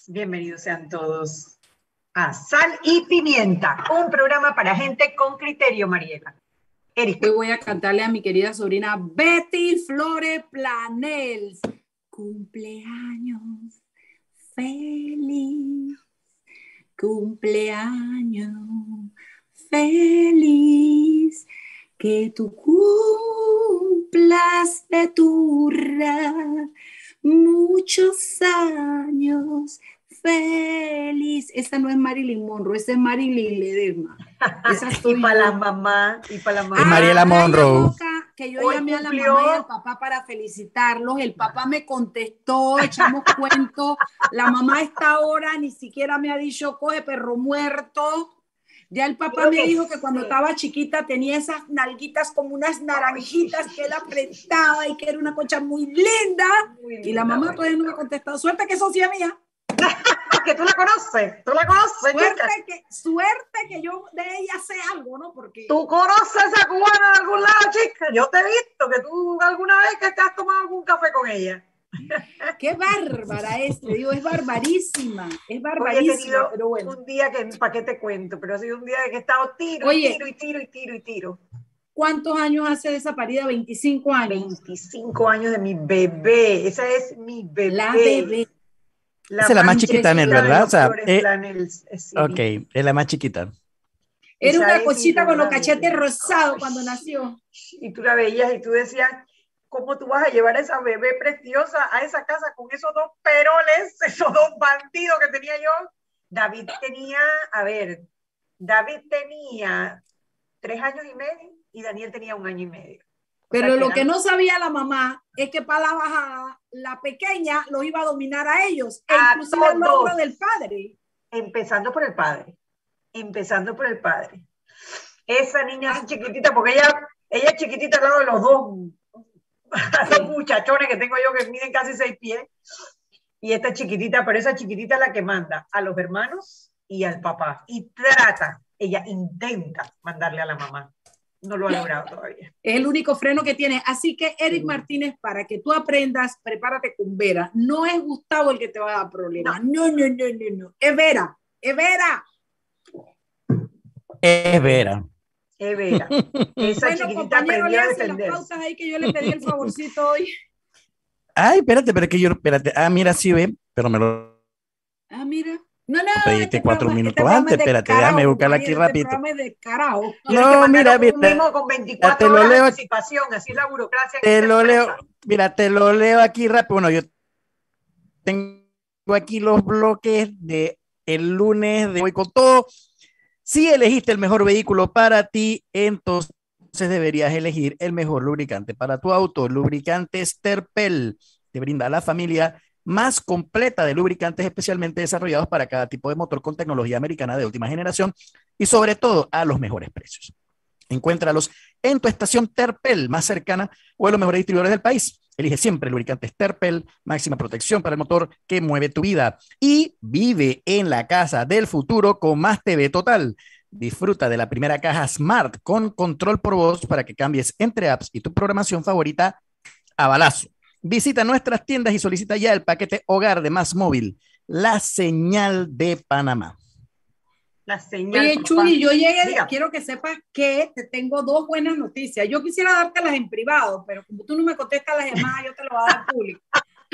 Bienvenidos sean todos a Sal y Pimienta, un programa para gente con criterio, Mariela. Erika. Hoy voy a cantarle a mi querida sobrina Betty Flores Planels. Cumpleaños feliz, cumpleaños feliz, que tú cumplas de turra muchos años feliz. Esa no es Marilyn Monroe, esa es Marilyn Ledesma. Y para la mamá, y para la mamá. Es Mariela Monroe. Que yo llamé a la mamá y al papá para felicitarlos. El papá me contestó, echamos cuentos. La mamá a esta hora ni siquiera me ha dicho, coge perro muerto. Ya el papá me dijo que cuando estaba chiquita tenía esas nalguitas como unas naranjitas que él apretaba y que era una concha muy linda. Y la mamá todavía no me ha contestado. Suerte que es socia mía. Que tú la conoces. Suerte que yo de ella sé algo, ¿no? Porque tú conoces a esa cubana de algún lado, chica. Yo te he visto que tú alguna vez que te has tomado algún café con ella. Qué bárbara es, te digo, es barbarísima, Oye, pero bueno. Un día que, ¿para qué te cuento? Pero ha sido un día que he estado tiro. ¿Cuántos años hace de esa parida? 25 años. 25 años de mi bebé, esa es mi bebé. La bebé. Esa es la más chiquita, Nel, ¿verdad? O sea, ok, es la más chiquita. Era una cosita con los cachetes rosados cuando nació. Y tú la veías y tú decías, ¿cómo tú vas a llevar a esa bebé preciosa a esa casa con esos dos peroles, esos dos bandidos que tenía yo? David tenía 3 años y medio y Daniel tenía 1 año y medio. Pero lo que no sabía la mamá es que para la bajada, la pequeña los iba a dominar a ellos, inclusive el logro del padre. Empezando por el padre. Esa niña así chiquitita, porque ella es chiquitita al lado de los dos muchachones que tengo yo que miden casi 6 pies. Y esta chiquitita, pero esa chiquitita es la que manda a los hermanos y al papá. Y ella intenta mandarle a la mamá. No lo ha logrado todavía. Es el único freno que tiene. Así que, Eric Martínez, para que tú aprendas, prepárate con Vera. No es Gustavo el que te va a dar problemas. No. Es Vera. Esa chiquitita aprendió a defenderse. Las pausas ahí que yo le pedí el favorcito hoy. Ay, espérate. Ah, mira, sí ve, pero me lo... Ah, mira. No, pediste 4 minutos antes, espérate, déjame buscarla aquí rápido. No, mira, con 24 horas de anticipación, así es la burocracia. Te lo leo aquí rápido. Bueno, yo tengo aquí los bloques de el lunes de hoy con todo. Si elegiste el mejor vehículo para ti, entonces deberías elegir el mejor lubricante para tu auto. Lubricantes Terpel te brinda a la familia más completa de lubricantes especialmente desarrollados para cada tipo de motor con tecnología americana de última generación y sobre todo a los mejores precios. Encuéntralos en tu estación Terpel más cercana o en los mejores distribuidores del país. Elige siempre lubricantes Terpel, máxima protección para el motor que mueve tu vida. Y vive en la casa del futuro con Más TV Total. Disfruta de la primera caja Smart con control por voz para que cambies entre apps y tu programación favorita a balazo. Visita nuestras tiendas y solicita ya el paquete hogar de Más Móvil, la señal de Panamá. La señal. Oye, Chuli, yo llegué, quiero que sepas que te tengo 2 buenas noticias. Yo quisiera dártelas en privado, pero como tú no me contestas las llamadas, yo te lo voy a dar público.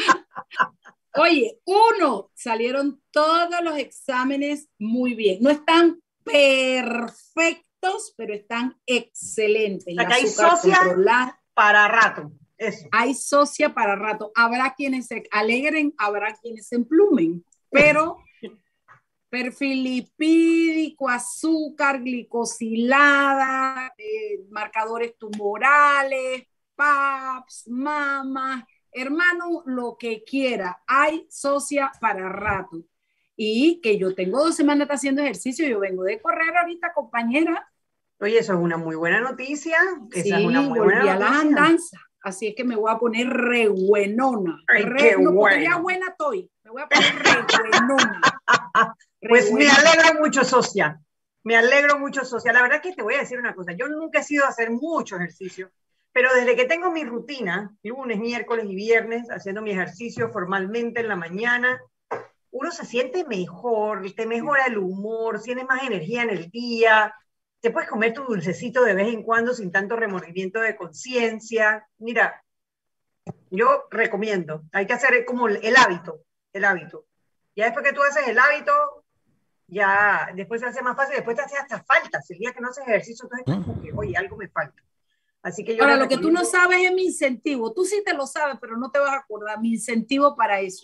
Oye, 1, salieron todos los exámenes muy bien. No están perfectos, pero están excelentes. O sea, que hay socia para rato. Eso. Hay socia para rato. Habrá quienes se alegren, habrá quienes se emplumen, pero perfil lipídico, azúcar, glicosilada, marcadores tumorales, PAPs, mamas, hermano, lo que quiera. Hay socia para rato. Y que yo tengo 2 semanas haciendo ejercicio, yo vengo de correr ahorita, compañera. Oye, eso es una muy buena noticia. Sí, esa es una muy buena noticia. A las andanzas. Así es que me voy a poner re buenona. No, porque ya buena estoy. Me voy a poner re buenona. Pues me alegro mucho, socia. La verdad que te voy a decir una cosa. Yo nunca he sido a hacer mucho ejercicio, pero desde que tengo mi rutina, lunes, miércoles y viernes, haciendo mi ejercicio formalmente en la mañana, uno se siente mejor, te mejora el humor, tienes más energía en el día, te puedes comer tu dulcecito de vez en cuando sin tanto remordimiento de conciencia. Mira, yo recomiendo, hay que hacer como el hábito, el hábito. Ya después que tú haces el hábito, ya después se hace más fácil, después te hace hasta falta. Si el día que no haces ejercicio, entonces estás como que, oye, algo me falta. Así que yo ahora, lo que tú no sabes es mi incentivo. Tú sí te lo sabes, pero no te vas a acordar. Mi incentivo para eso.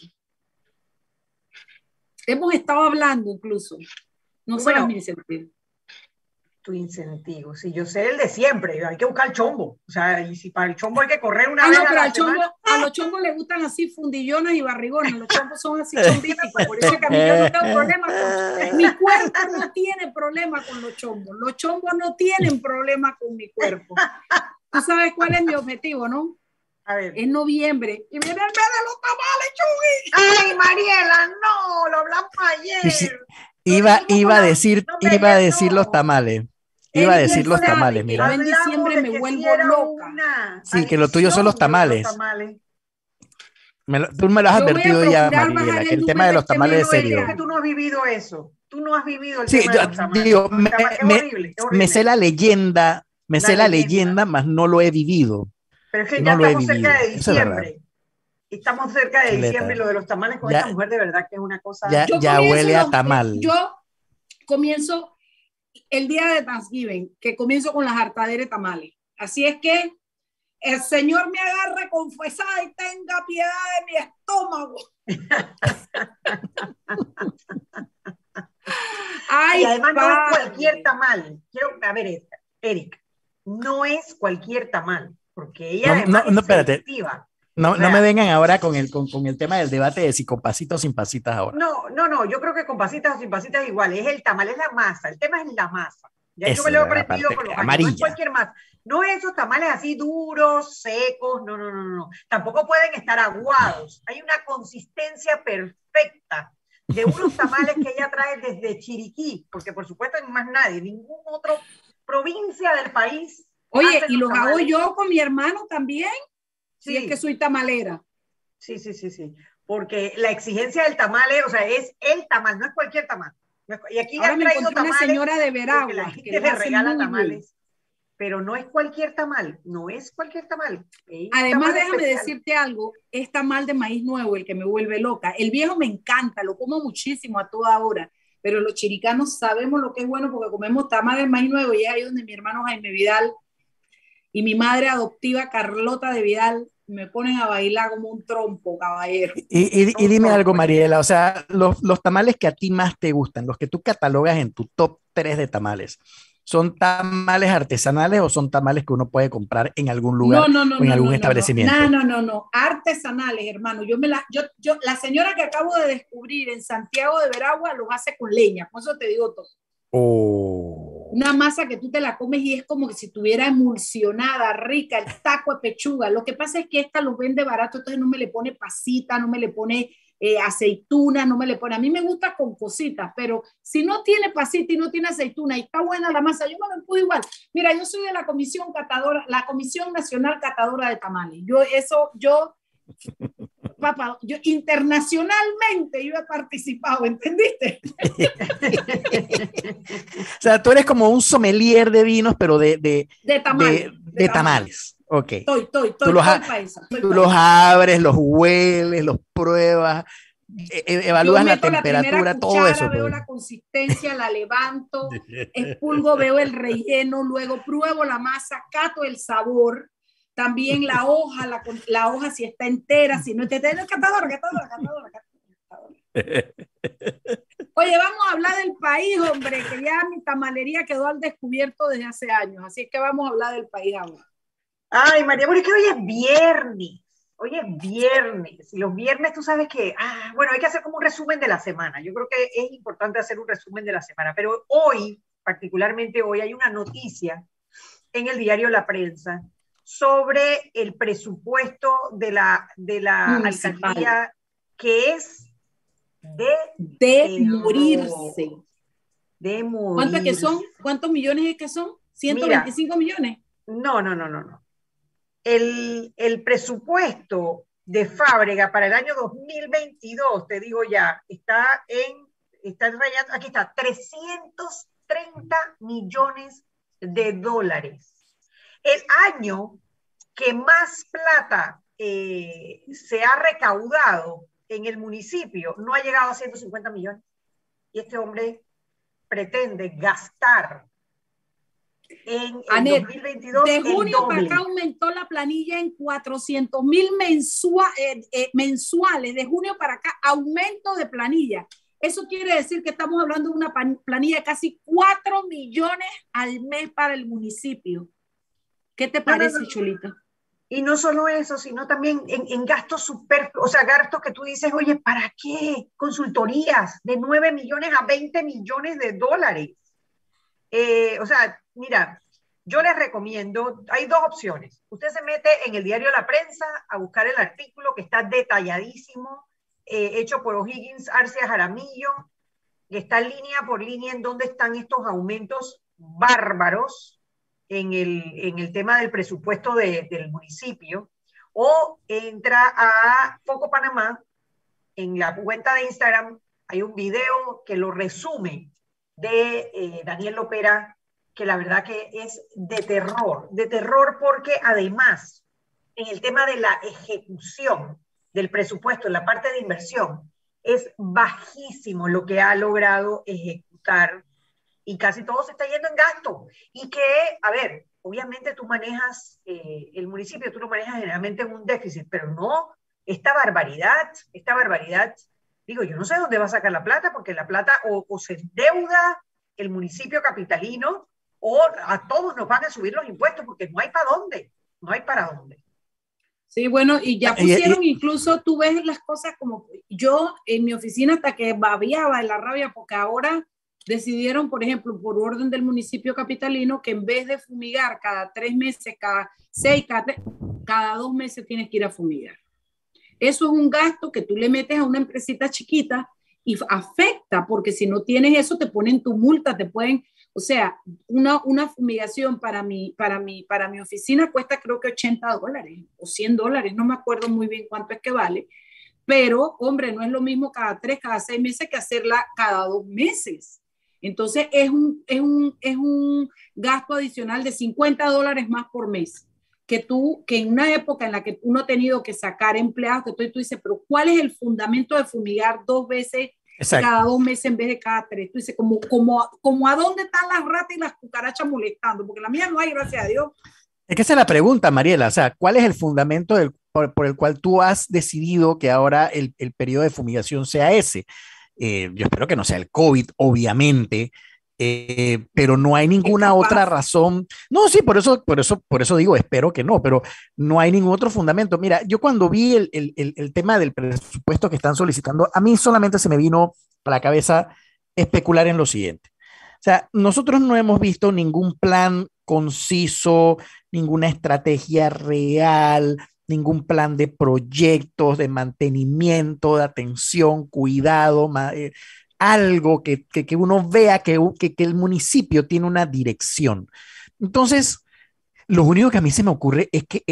Hemos estado hablando incluso. No sabes mi incentivo. Tu incentivo, sí, yo sé el de siempre, hay que buscar el chombo, o sea, y si para el chombo hay que correr una vez no, pero a la semana. A los chombos les gustan así fundillonas y barrigones, los chombos son así chombitos, por eso que a mí yo no tengo problema con, mi cuerpo no tiene problema con los chombos no tienen problema con mi cuerpo. Tú sabes cuál es mi objetivo, ¿no? A ver. En noviembre, y viene el mes de los tamales, Chugui. Ay, Mariela, no, lo hablamos ayer. Sí, iba a decir los tamales. Iba a decir los tamales, mira. Yo en diciembre me vuelvo loca. Sí, que lo tuyo son los tamales. Tú me lo has advertido ya, Mariela, que el tema de los tamales es serio. Es que tú no has vivido eso. Tú no has vivido el tema de los tamales. Digo, me sé la leyenda, mas no lo he vivido. Pero es que ya estamos cerca de diciembre. Estamos cerca de diciembre y lo de los tamales con esta mujer de verdad que es una cosa... Ya huele a tamal. Yo comienzo el día de Thanksgiving, que comienzo con las hartaderas de tamales. Así es que el Señor me agarre confesada y tenga piedad de mi estómago. Ay, y además no es cualquier tamal. A ver, Eric, no es cualquier tamal, porque ella no, espérate. No me vengan ahora con el tema del debate de si con pasitas o sin pasitas ahora. No, yo creo que con pasitas o sin pasitas igual, es el tamal, es la masa, el tema es la masa. Ya yo me lo he aprendido con los años, no es cualquier masa. No es esos tamales así duros, secos, no. Tampoco pueden estar aguados. Hay una consistencia perfecta de unos tamales que ella trae desde Chiriquí, porque por supuesto no hay más nadie, ningún otro provincia del país. Oye, y los hago yo con mi hermano también. Sí. Si es que soy tamalera. Sí. Porque la exigencia del tamal, o sea, es el tamal, no es cualquier tamal. Y aquí ahora han traído tamales. Una señora de Veragua la gente le regala tamales. Pero no es cualquier tamal, no es cualquier tamal. Además, déjame decirte algo, es tamal de maíz nuevo el que me vuelve loca. El viejo me encanta, lo como muchísimo a toda hora, pero los chiricanos sabemos lo que es bueno porque comemos tamal de maíz nuevo y es ahí donde mi hermano Jaime Vidal y mi madre adoptiva Carlota de Vidal me ponen a bailar como un trompo, caballero. Y dime algo, Mariela, o sea, los tamales que a ti más te gustan, los que tú catalogas en tu top 3 de tamales, ¿son tamales artesanales o son tamales que uno puede comprar en algún lugar o en algún establecimiento? No, artesanales, hermano. La señora que acabo de descubrir en Santiago de Veragua los hace con leña, por eso te digo todo. Una masa que tú te la comes y es como que si estuviera emulsionada, rica, el taco de pechuga. Lo que pasa es que esta los vende barato, entonces no me le pone pasita, no me le pone aceituna, no me le pone. A mí me gusta con cositas, pero si no tiene pasita y no tiene aceituna y está buena la masa, yo me lo puedo igual. Mira, yo soy de la comisión catadora, la Comisión Nacional Catadora de Tamales. Papá, yo internacionalmente yo he participado, ¿entendiste? O sea, tú eres como un sommelier de vinos, pero de tamales. De tamales. Ok. Estoy tú los abres, los hueles, los pruebas, evalúas la temperatura, todo eso. Veo la consistencia, la levanto, expulgo, veo el relleno, luego pruebo la masa, cato el sabor. También la hoja si está entera, si no está entera, catadora. Oye, vamos a hablar del país, hombre, que ya mi tamalería quedó al descubierto desde hace años, así que vamos a hablar del país ahora. Ay, María, porque es que hoy es viernes, y los viernes tú sabes que, bueno, hay que hacer como un resumen de la semana, yo creo que es importante hacer un resumen de la semana, pero hoy, particularmente hoy, hay una noticia en el diario La Prensa sobre el presupuesto de la alcaldía que es de morirse. De morirse. ¿Cuántos que son? ¿Cuántos millones es que son? ¿125 millones? No. El presupuesto de Fábrega para el año 2022, te digo ya, aquí está, 330 millones de dólares. El año que más plata se ha recaudado en el municipio no ha llegado a 150 millones. Y este hombre pretende gastar en el Anet, 2022 de junio el para doble. acá aumentó la planilla en 400,000 mensuales. De junio para acá, aumento de planilla. Eso quiere decir que estamos hablando de una planilla de casi 4 millones al mes para el municipio. ¿Qué te parece, Cholita? Y no solo eso, sino también en gastos superfluos, o sea, gastos que tú dices, oye, ¿para qué? Consultorías de 9 millones a 20 millones de dólares. O sea, mira, yo les recomiendo, hay dos opciones. Usted se mete en el diario La Prensa a buscar el artículo que está detalladísimo, hecho por O'Higgins Arcia Jaramillo, que está línea por línea en dónde están estos aumentos bárbaros en el tema del presupuesto del municipio, o entra a Foco Panamá, en la cuenta de Instagram hay un video que lo resume de Daniel Lopera, que la verdad que es de terror porque además en el tema de la ejecución del presupuesto, en la parte de inversión, es bajísimo lo que ha logrado ejecutar y casi todo se está yendo en gasto. Y que, a ver, obviamente tú manejas el municipio, tú lo manejas generalmente en un déficit, pero no esta barbaridad, digo, yo no sé dónde va a sacar la plata, porque la plata o se endeuda el municipio capitalino o a todos nos van a subir los impuestos porque no hay para dónde, no hay para dónde. Sí, bueno, y ya pusieron, incluso tú ves las cosas como yo en mi oficina hasta que babiaba en la rabia porque ahora decidieron, por ejemplo, por orden del municipio capitalino, que en vez de fumigar cada 3 meses, cada 6, cada 2 meses tienes que ir a fumigar. Eso es un gasto que tú le metes a una empresita chiquita y afecta, porque si no tienes eso te ponen tu multa, te pueden, o sea, una fumigación para mi oficina cuesta creo que $80 o $100, no me acuerdo muy bien cuánto es que vale, pero hombre, no es lo mismo cada 3, cada 6 meses que hacerla cada 2 meses. Entonces es un gasto adicional de $50 más por mes. Que en una época en la que uno ha tenido que sacar empleados, que tú dices, pero ¿cuál es el fundamento de fumigar 2 veces cada 2 meses en vez de cada 3? Tú dices, como ¿a dónde están las ratas y las cucarachas molestando? Porque la mía no hay, gracias a Dios. Es que esa es la pregunta, Mariela, o sea, ¿cuál es el fundamento por el cual tú has decidido que ahora el periodo de fumigación sea ese? Yo espero que no sea el COVID, obviamente, pero no hay ninguna otra razón. No, sí, por eso digo, espero que no, pero no hay ningún otro fundamento. Mira, yo cuando vi el tema del presupuesto que están solicitando, a mí solamente se me vino a la cabeza especular en lo siguiente. O sea, nosotros no hemos visto ningún plan conciso, ninguna estrategia real, ningún plan de proyectos, de mantenimiento, de atención, cuidado, algo que uno vea que el municipio tiene una dirección. Entonces, lo único que a mí se me ocurre es que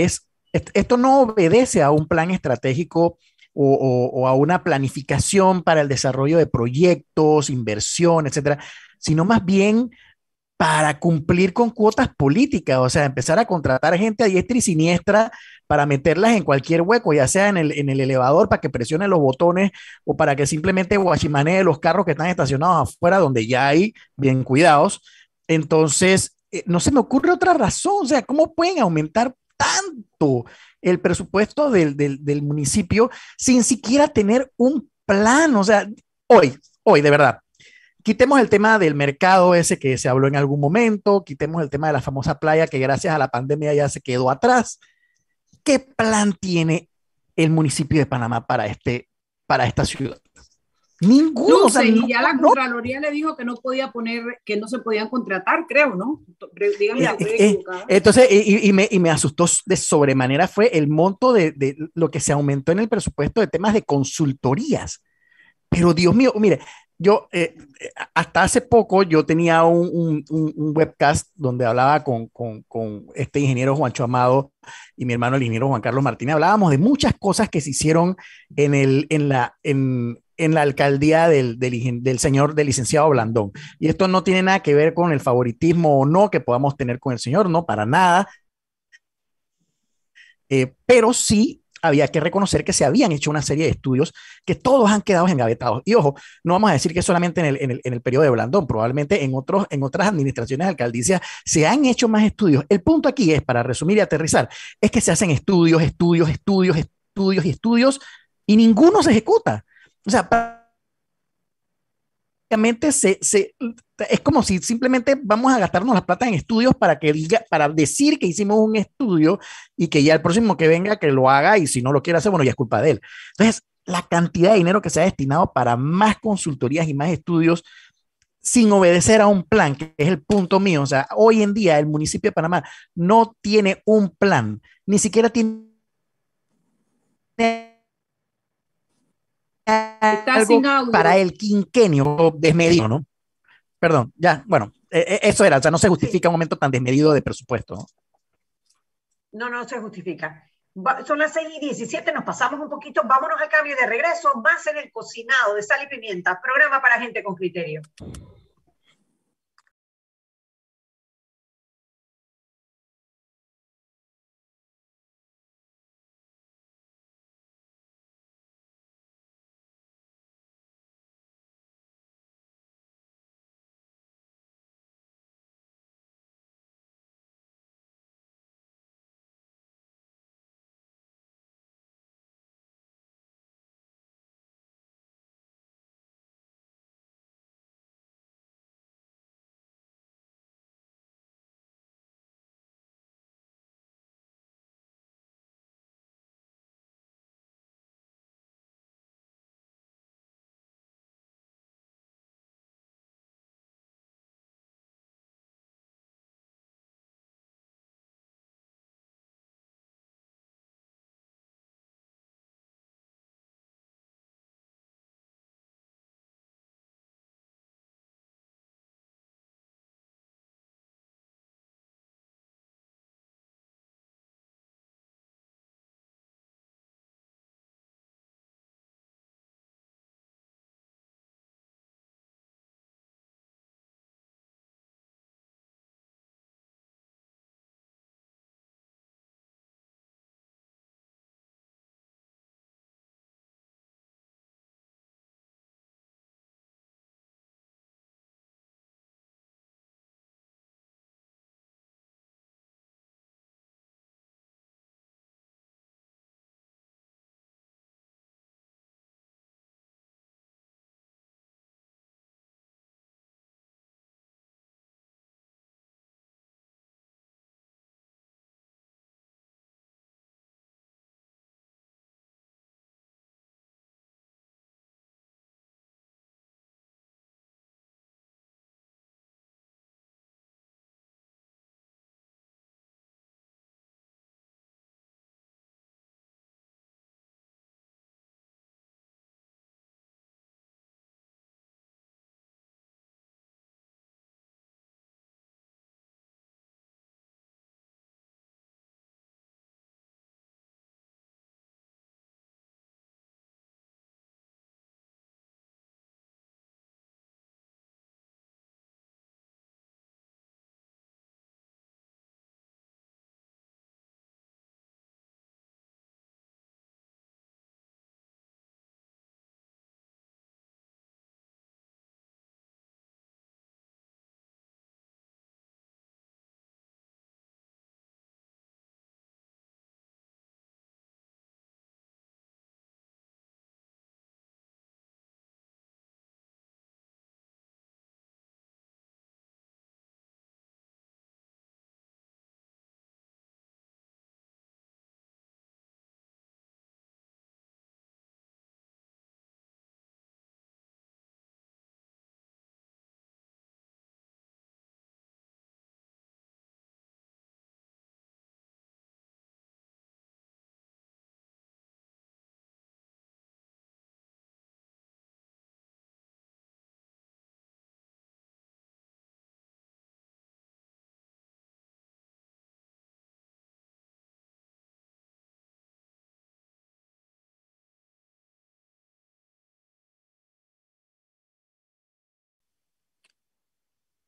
esto no obedece a un plan estratégico o a una planificación para el desarrollo de proyectos, inversión, etcétera, sino más bien para cumplir con cuotas políticas, o sea, empezar a contratar gente a diestra y siniestra para meterlas en cualquier hueco, ya sea en el elevador para que presione los botones o para que simplemente guachimanee los carros que están estacionados afuera donde ya hay bien cuidados. Entonces, no se me ocurre otra razón, o sea, ¿cómo pueden aumentar tanto el presupuesto del municipio sin siquiera tener un plan? O sea, hoy, de verdad. Quitemos el tema del mercado ese que se habló en algún momento, quitemos el tema de la famosa playa que gracias a la pandemia ya se quedó atrás. ¿Qué plan tiene el municipio de Panamá para esta ciudad? Ninguno. No sé, y ya la Contraloría le dijo que no podía que no se podían contratar, creo, ¿no? Dígame, estoy equivocada. Entonces, y me asustó de sobremanera fue el monto de lo que se aumentó en el presupuesto de temas de consultorías. Pero Dios mío, mire, hasta hace poco yo tenía un webcast donde hablaba con este ingeniero Juancho Amado y mi hermano el ingeniero Juan Carlos Martínez. Hablábamos de muchas cosas que se hicieron en la alcaldía del señor, del licenciado Blandón. Y esto no tiene nada que ver con el favoritismo o no que podamos tener con el señor, no, para nada. Pero sí había que reconocer que se habían hecho una serie de estudios que todos han quedado engavetados. Y ojo, no vamos a decir que solamente en el periodo de Blandón, probablemente en otras administraciones de alcaldía se han hecho más estudios. El punto aquí es, para resumir y aterrizar, es que se hacen estudios y ninguno se ejecuta. O sea, es como si simplemente vamos a gastarnos las plata en estudios para decir que hicimos un estudio y que ya el próximo que venga que lo haga y si no lo quiere hacer, bueno, ya es culpa de él. Entonces, la cantidad de dinero que se ha destinado para más consultorías y más estudios sin obedecer a un plan, que es el punto mío. O sea, hoy en día el municipio de Panamá no tiene un plan, ni siquiera tiene Está algo sin para audio. el quinquenio desmedido, ¿no? Perdón, ya, bueno, eso era, o sea, no se Sí, justifica un momento tan desmedido de presupuesto, ¿no? no, no se justifica. Son las 6:17, nos pasamos un poquito, vámonos al cambio y de regreso, más en el cocinado de sal y pimienta, programa para gente con criterio.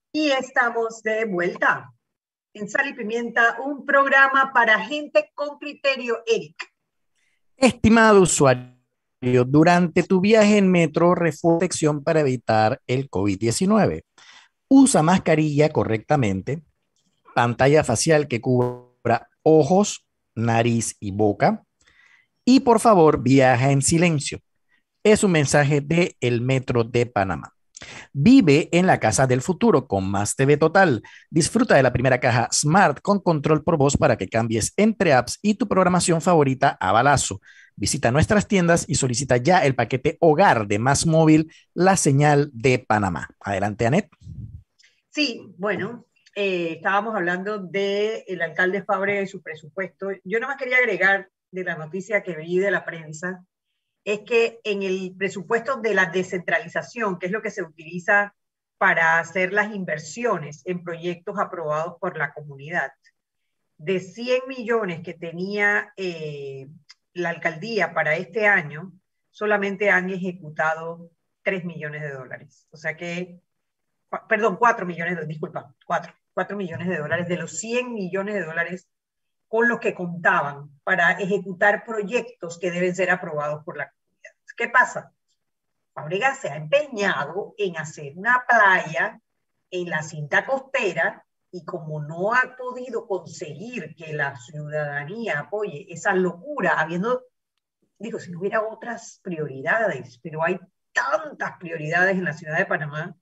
Y estamos de vuelta en Sal y Pimienta, un programa para gente con criterio, Eric. Estimado usuario, durante tu viaje en metro, reflexión para evitar el COVID-19. Usa mascarilla correctamente, pantalla facial que cubra ojos, nariz y boca. Y por favor, viaja en silencio. Es un mensaje de El Metro de Panamá. Vive en la casa del futuro con Más TV Total. Disfruta de la primera caja Smart con control por voz para que cambies entre apps y tu programación favorita a balazo. Visita nuestras tiendas y solicita ya el paquete Hogar de Más Móvil, la señal de Panamá. Adelante, Anet. Sí, bueno, estábamos hablando del alcalde Fabre y su presupuesto. Yo nomás quería agregar de la noticia que vi de la prensa, es que en el presupuesto de la descentralización, que es lo que se utiliza para hacer las inversiones en proyectos aprobados por la comunidad, de 100 millones que tenía la alcaldía para este año, solamente han ejecutado 3 millones de dólares. O sea que, perdón, 4 millones, disculpa, 4 millones de dólares de los 100 millones de dólares con los que contaban para ejecutar proyectos que deben ser aprobados por la comunidad. ¿Qué pasa? Fábrega se ha empeñado en hacer una playa en la cinta costera y como no ha podido conseguir que la ciudadanía apoye esa locura, digo, si no hubiera otras prioridades, pero hay tantas prioridades en la ciudad de Panamá,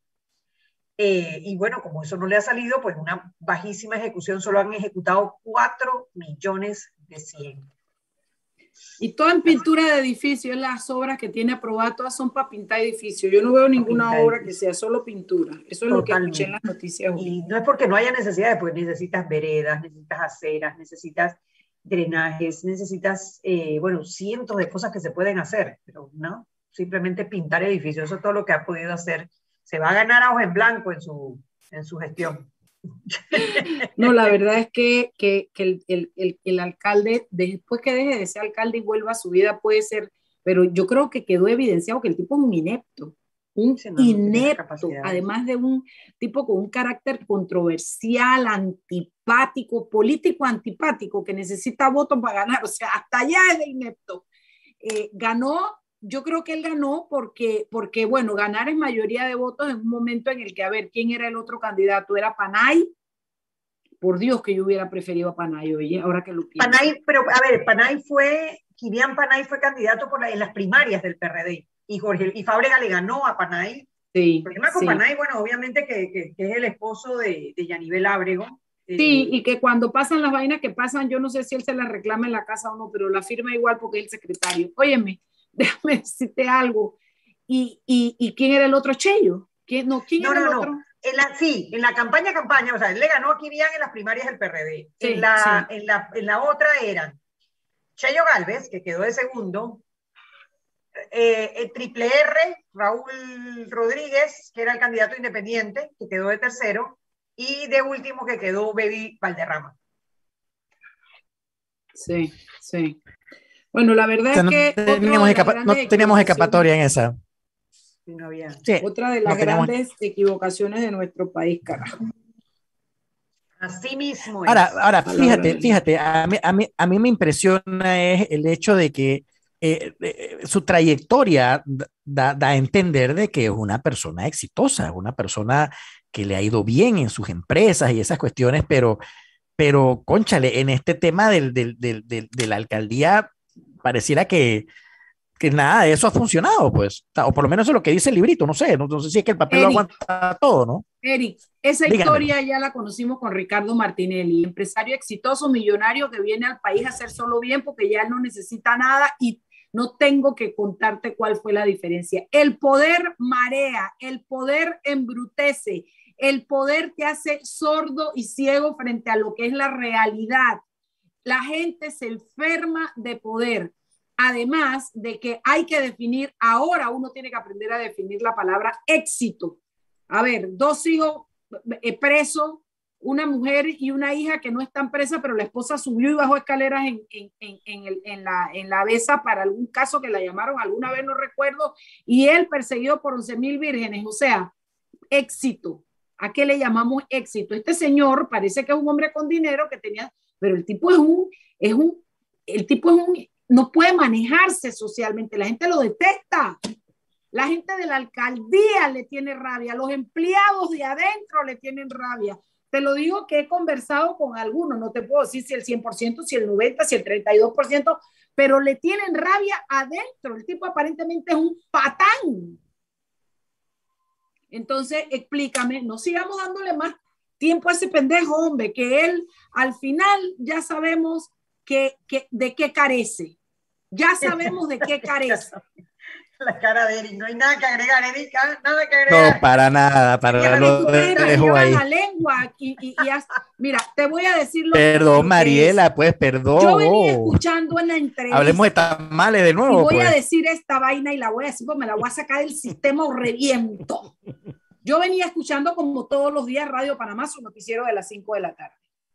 y bueno, como eso no le ha salido, pues una bajísima ejecución, solo han ejecutado 4 millones de 100. Y todo en pintura de edificios, las obras que tiene aprobadas, todas son para pintar edificios. Yo no veo ninguna obra que sea solo pintura. Eso es lo que escuché en las noticias hoy. Y no es porque no haya necesidades, pues necesitas veredas, necesitas aceras, necesitas drenajes, necesitas, bueno, cientos de cosas que se pueden hacer, pero no, simplemente pintar edificios, eso es todo lo que ha podido hacer. Se va a ganar a hoja en blanco en su gestión. No, la verdad es que el alcalde, después que deje de ser alcalde y vuelva a su vida, puede ser, pero yo creo que quedó evidenciado que el tipo es un inepto, además de un tipo con un carácter controversial, antipático, político antipático, que necesita votos para ganar, o sea, hasta allá es de inepto. Ganó. Yo creo que él ganó porque, bueno, ganar es mayoría de votos en un momento en el que, a ver, ¿quién era el otro candidato? ¿Era Panay? Por Dios que yo hubiera preferido a Panay, oye, ahora que lo pienso. Panay, pero a ver, Kilian Panay fue candidato en las primarias del PRD y Fábrega le ganó a Panay. Sí, el problema con Panay, bueno, obviamente que es el esposo de Yanivel Ábrego. Sí, y que cuando pasan las vainas que pasan, yo no sé si él se las reclama en la casa o no, pero la firma igual porque es el secretario. Óyeme, déjame decirte algo. ¿Y quién era el otro Cheyo? ¿Quién era el otro? En la campaña, o sea, él le ganó a Kilian en las primarias del PRD. Sí, en la otra eran Cheyo Gálvez, que quedó de segundo, el Triple R, Raúl Rodríguez, que era el candidato independiente, que quedó de tercero, y de último que quedó Baby Valderrama. Sí, sí. Bueno, la verdad es que no teníamos escapatoria en esa. No había. Sí, otra de las grandes equivocaciones de nuestro país, carajo. Así mismo es. Ahora fíjate, a mí me impresiona es el hecho de que su trayectoria da a entender de que es una persona exitosa, una persona que le ha ido bien en sus empresas y esas cuestiones, pero cónchale, en este tema de la alcaldía pareciera que nada de eso ha funcionado, pues, o por lo menos eso es lo que dice el librito, no sé si es que el papel lo aguanta todo, ¿no? Eric, esa historia ya la conocimos con Ricardo Martinelli, empresario exitoso, millonario que viene al país a hacer solo bien porque ya no necesita nada y no tengo que contarte cuál fue la diferencia. El poder marea, el poder embrutece, el poder te hace sordo y ciego frente a lo que es la realidad. La gente se enferma de poder. Además de que hay que definir, ahora uno tiene que aprender a definir la palabra éxito. A ver, 2 hijos presos, una mujer y una hija que no están presas, pero la esposa subió y bajó escaleras en la besa para algún caso que la llamaron alguna vez, no recuerdo, y él perseguido por 11,000 vírgenes. O sea, éxito. ¿A qué le llamamos éxito? Este señor parece que es un hombre con dinero que tenía, pero el tipo no puede manejarse socialmente. La gente lo detesta. La gente de la alcaldía le tiene rabia. Los empleados de adentro le tienen rabia. Te lo digo que he conversado con algunos, no te puedo decir si el 100%, si el 90%, si el 32%, pero le tienen rabia adentro. El tipo aparentemente es un patán. Entonces, explícame, no sigamos dándole más tiempo a ese pendejo, hombre, que él al final ya sabemos de qué carece. Ya sabemos de qué carece. La cara de Eric, no hay nada que agregar, Erika, nada que agregar. No, para nada, lo dejo ahí. La lengua mira, te voy a decir perdón, Mariela, pues perdón. Yo venía escuchando en la entrevista. Hablemos de tamales de nuevo. Y voy pues. a decir esta vaina y la voy a decir, pues me la voy a sacar del sistema o reviento. Yo venía escuchando como todos los días Radio Panamá, su noticiero de las 5 de la tarde.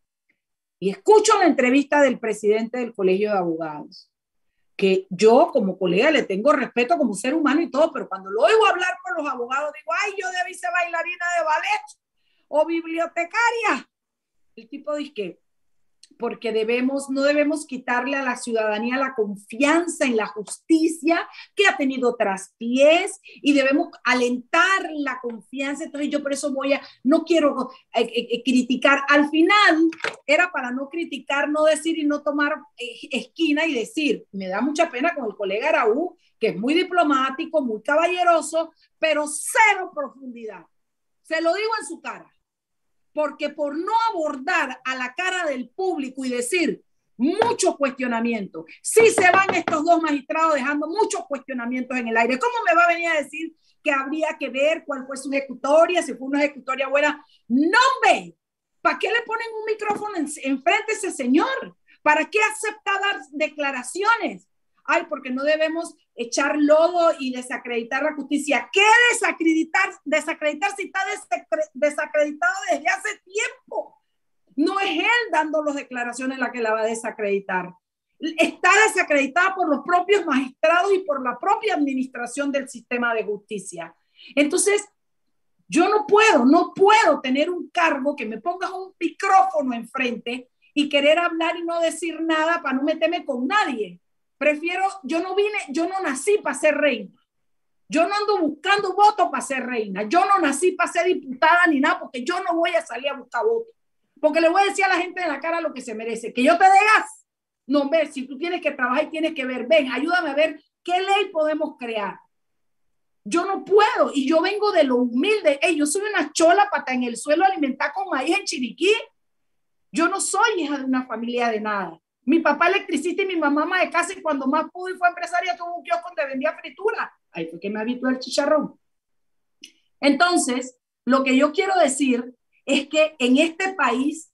Y escucho la entrevista del presidente del Colegio de Abogados, que yo como colega le tengo respeto como ser humano y todo, pero cuando lo oigo hablar por los abogados, digo, ay, yo debí ser bailarina de ballet o bibliotecaria. El tipo dice que porque no debemos quitarle a la ciudadanía la confianza en la justicia que ha tenido traspiés y debemos alentar la confianza. Entonces yo por eso no quiero criticar. Al final era para no criticar, no decir y no tomar esquina y decir, me da mucha pena con el colega Araúz, que es muy diplomático, muy caballeroso, pero cero profundidad. Se lo digo en su cara. Porque por no abordar a la cara del público y decir muchos cuestionamientos, sí se van estos dos magistrados dejando muchos cuestionamientos en el aire. ¿Cómo me va a venir a decir que habría que ver cuál fue su ejecutoria, si fue una ejecutoria buena? ¡No, hombre! ¿Para qué le ponen un micrófono enfrente a ese señor? ¿Para qué acepta dar declaraciones? Ay, porque no debemos echar lodo y desacreditar la justicia. ¿Qué desacreditar si está desacreditado desde hace tiempo? No es él dando las declaraciones la que la va a desacreditar. Está desacreditada por los propios magistrados y por la propia administración del sistema de justicia. Entonces, yo no puedo tener un cargo que me pongas un micrófono enfrente y querer hablar y no decir nada para no meterme con nadie. Prefiero, yo no nací para ser reina. Yo no ando buscando votos para ser reina. Yo no nací para ser diputada ni nada, porque yo no voy a salir a buscar votos. Porque le voy a decir a la gente en la cara lo que se merece. Que yo te dé gas. No, ver, si tú tienes que trabajar y tienes que ver, ven, ayúdame a ver qué ley podemos crear. Yo no puedo, y yo vengo de lo humilde. Yo soy una chola pata en el suelo alimentada con maíz en Chiriquí. Yo no soy hija de una familia de nada. Mi papá electricista y mi mamá ama de casa, y cuando más pudo y fue empresaria tuvo un kiosco donde vendía fritura. Ahí fue que me habitué al chicharrón. Entonces, lo que yo quiero decir es que en este país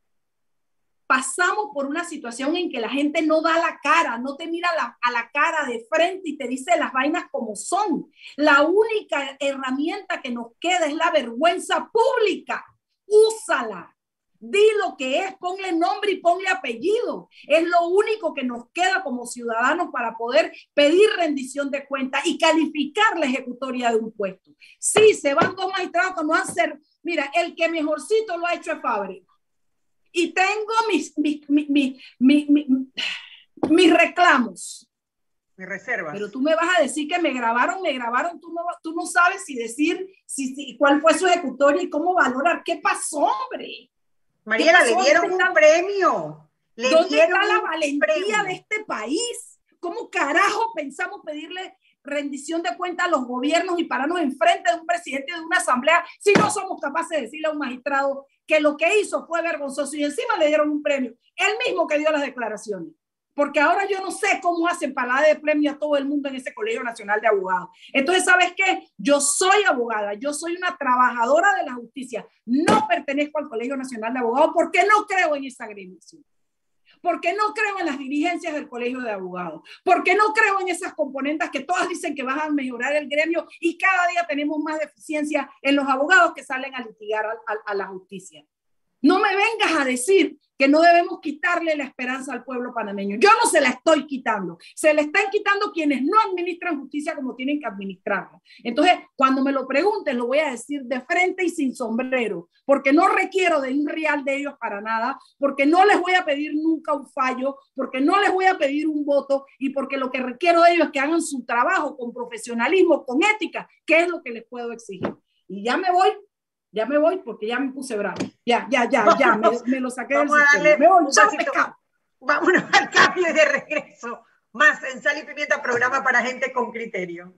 pasamos por una situación en que la gente no da la cara, no te mira a la cara de frente y te dice las vainas como son. La única herramienta que nos queda es la vergüenza pública. Úsala. Di lo que es, ponle nombre y ponle apellido. Es lo único que nos queda como ciudadanos para poder pedir rendición de cuentas y calificar la ejecutoria de un puesto. Sí, se van dos magistrados que no han ser. Mira, el que mejorcito lo ha hecho es Fábrica. Y tengo mis reclamos. Mis reservas. Pero tú me vas a decir que me grabaron, tú no sabes si decir cuál fue su ejecutoria y cómo valorar. ¿Qué pasó, hombre? Mariela, le dieron un premio. ¿Dónde está la valentía de este país? ¿Cómo carajo pensamos pedirle rendición de cuentas a los gobiernos y pararnos enfrente de un presidente de una asamblea si no somos capaces de decirle a un magistrado que lo que hizo fue vergonzoso y encima le dieron un premio? Él mismo que dio las declaraciones. Porque ahora yo no sé cómo hacen para dar de premio a todo el mundo en ese Colegio Nacional de Abogados. Entonces, ¿sabes qué? Yo soy abogada, yo soy una trabajadora de la justicia. No pertenezco al Colegio Nacional de Abogados porque no creo en esa agremiación. Porque no creo en las dirigencias del Colegio de Abogados. Porque no creo en esas componentes que todas dicen que van a mejorar el gremio y cada día tenemos más deficiencia en los abogados que salen a litigar a la justicia. No me vengas a decir que no debemos quitarle la esperanza al pueblo panameño. Yo no se la estoy quitando. Se le están quitando quienes no administran justicia como tienen que administrarla. Entonces, cuando me lo pregunten, lo voy a decir de frente y sin sombrero, porque no requiero de un real de ellos para nada, porque no les voy a pedir nunca un fallo, porque no les voy a pedir un voto y porque lo que requiero de ellos es que hagan su trabajo con profesionalismo, con ética, que es lo que les puedo exigir. Y ya me voy porque ya me puse bravo. Ya, me lo saqué del sistema. Me voy, chao, pescado. Vámonos al cambio y de regreso. Más en Sal y Pimienta, programa para gente con criterio.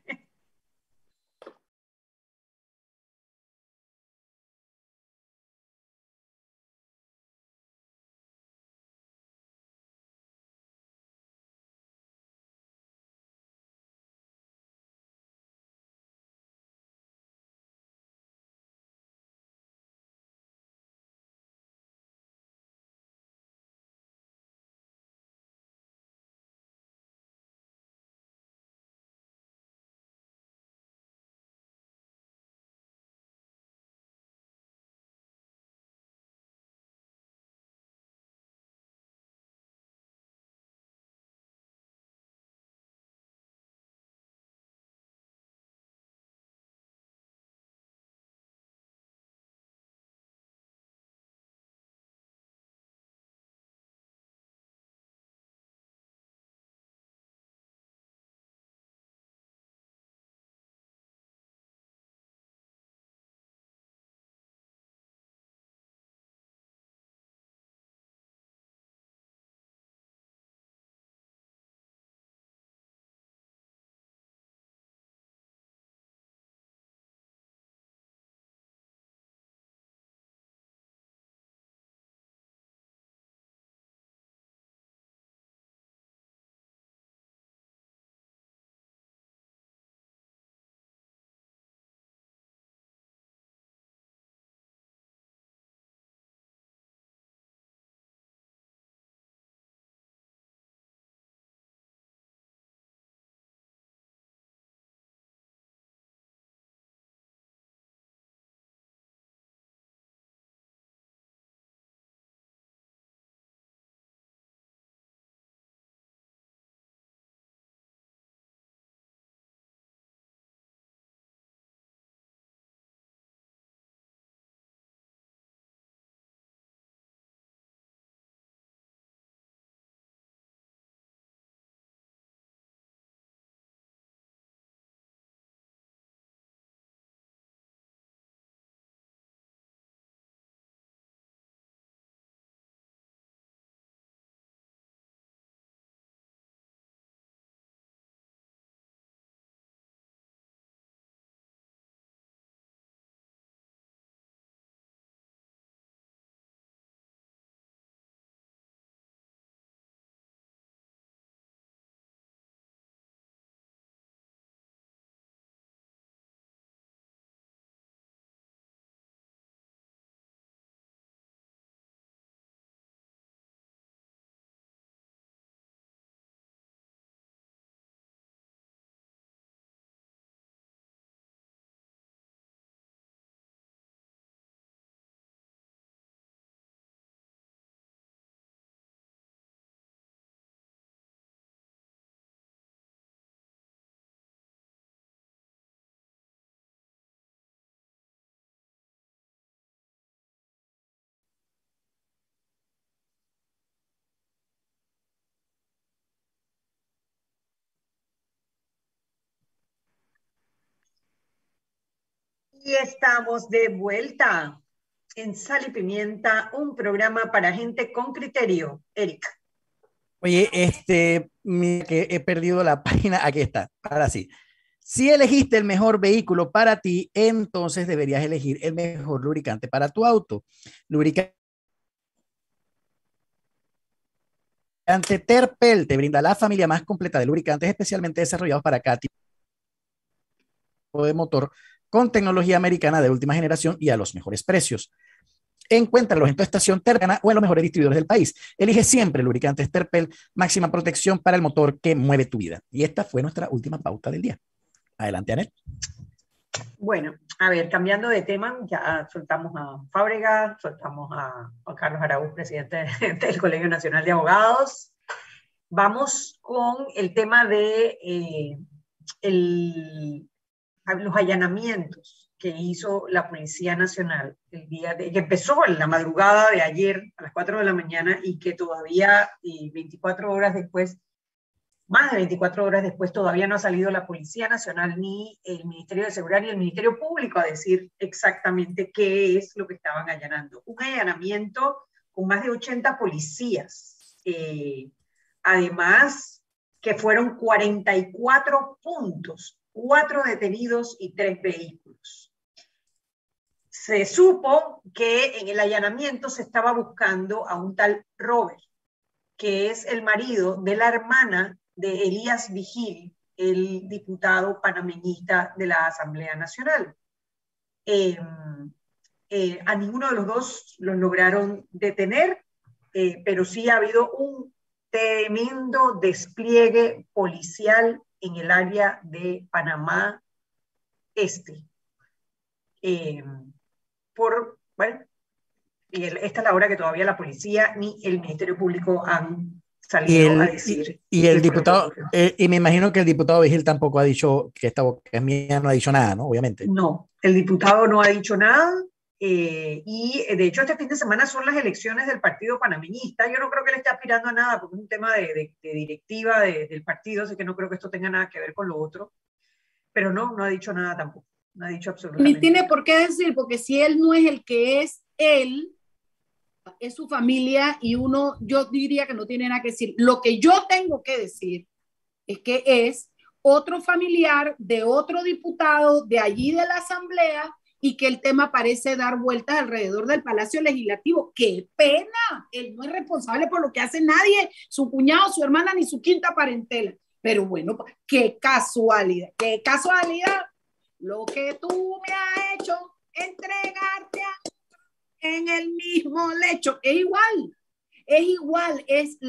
Y estamos de vuelta en Sal y Pimienta, un programa para gente con criterio. Erika. Oye, mira que he perdido la página. Aquí está. Ahora sí. Si elegiste el mejor vehículo para ti, entonces deberías elegir el mejor lubricante para tu auto. Lubricante Terpel te brinda la familia más completa de lubricantes especialmente desarrollados para cada tipo de motor con tecnología americana de última generación y a los mejores precios. Encuéntralos en tu estación Terpel o en los mejores distribuidores del país. Elige siempre lubricantes Terpel, máxima protección para el motor que mueve tu vida. Y esta fue nuestra última pauta del día. Adelante, Anet. Bueno, a ver, cambiando de tema, ya soltamos a Fábrega, soltamos a Juan Carlos Araúz, presidente del Colegio Nacional de Abogados. Vamos con el tema de los allanamientos que hizo la Policía Nacional el día que empezó en la madrugada de ayer a las 4 de la mañana y que todavía 24 horas después, más de 24 horas después, todavía no ha salido la Policía Nacional ni el Ministerio de Seguridad ni el Ministerio Público a decir exactamente qué es lo que estaban allanando. Un allanamiento con más de 80 policías. Además, que fueron 44 puntos, 4 detenidos y 3 vehículos. Se supo que en el allanamiento se estaba buscando a un tal Robert, que es el marido de la hermana de Elías Vigil, el diputado panameñista de la Asamblea Nacional. A ninguno de los dos los lograron detener, pero sí ha habido un tremendo despliegue policial en el área de Panamá Este. Bueno, y esta es la hora que todavía la policía ni el Ministerio Público han salido a decir. Y el diputado, y me imagino que el diputado Vigil tampoco ha dicho que esta boca es mía, no ha dicho nada, ¿no? Obviamente. No, el diputado no ha dicho nada. Y de hecho este fin de semana son las elecciones del partido panameñista. Yo no creo que él esté aspirando a nada porque es un tema de directiva del partido, así que no creo que esto tenga nada que ver con lo otro, pero no ha dicho nada tampoco, no ha dicho absolutamente ni tiene por qué decir, porque si él no es el que es él, es su familia y yo diría que no tiene nada que decir. Lo que yo tengo que decir es que es otro familiar de otro diputado de allí de la Asamblea y que el tema parece dar vueltas alrededor del Palacio Legislativo. ¡Qué pena! Él no es responsable por lo que hace nadie, su cuñado, su hermana, ni su quinta parentela. Pero bueno, qué casualidad lo que tú me has hecho, entregarte en el mismo lecho. Es igual,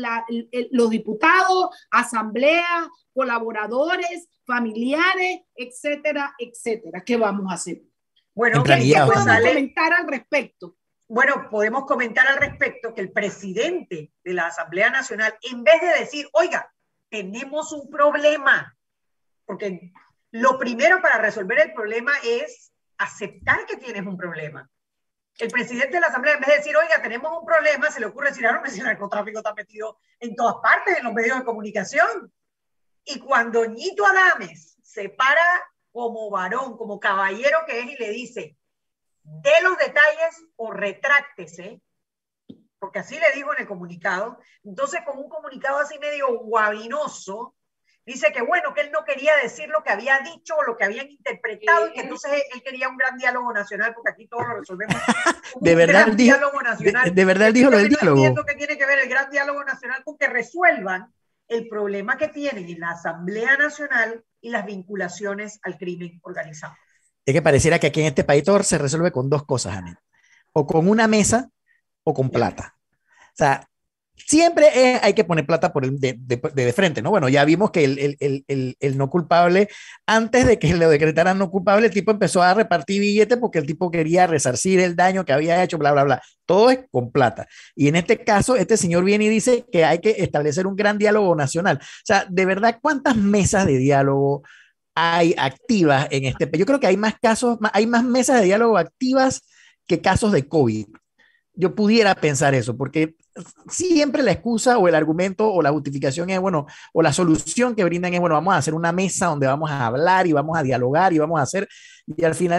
los diputados, asamblea, colaboradores, familiares, etcétera, etcétera. ¿Qué vamos a hacer? Bueno, ¿qué podemos comentar al respecto? Bueno, podemos comentar al respecto que el presidente de la Asamblea Nacional, en vez de decir, oiga, tenemos un problema, porque lo primero para resolver el problema es aceptar que tienes un problema. El presidente de la Asamblea, en vez de decir, oiga, tenemos un problema, se le ocurre decir, ahora el narcotráfico está metido en todas partes, en los medios de comunicación. Y cuando Ñito Adames se para como varón, como caballero que es y le dice, dé los detalles o retráctese, porque así le dijo en el comunicado, entonces con un comunicado así medio guabinoso, dice que bueno, que él no quería decir lo que había dicho o lo que habían interpretado y que entonces él quería un gran diálogo nacional porque aquí todo lo resolvemos. De verdad dijo, de verdad dijo lo del diálogo. Entiendo que tiene que ver el gran diálogo nacional con que resuelvan el problema que tienen en la Asamblea Nacional y las vinculaciones al crimen organizado. Es que pareciera que aquí en este país todo se resuelve con dos cosas, Anet. O con una mesa o con plata. O sea, siempre hay que poner plata por de frente, ¿no? Bueno, ya vimos que el no culpable, antes de que le decretaran no culpable, el tipo empezó a repartir billetes porque el tipo quería resarcir el daño que había hecho, bla, bla, bla. Todo es con plata. Y en este caso, este señor viene y dice que hay que establecer un gran diálogo nacional. O sea, de verdad, ¿cuántas mesas de diálogo hay activas en este país? Yo creo que hay más casos, hay más mesas de diálogo activas que casos de COVID. Yo pudiera pensar eso, porque siempre la excusa o el argumento o la justificación es, bueno, o la solución que brindan es, bueno, vamos a hacer una mesa donde vamos a hablar y vamos a dialogar y vamos a hacer, y al final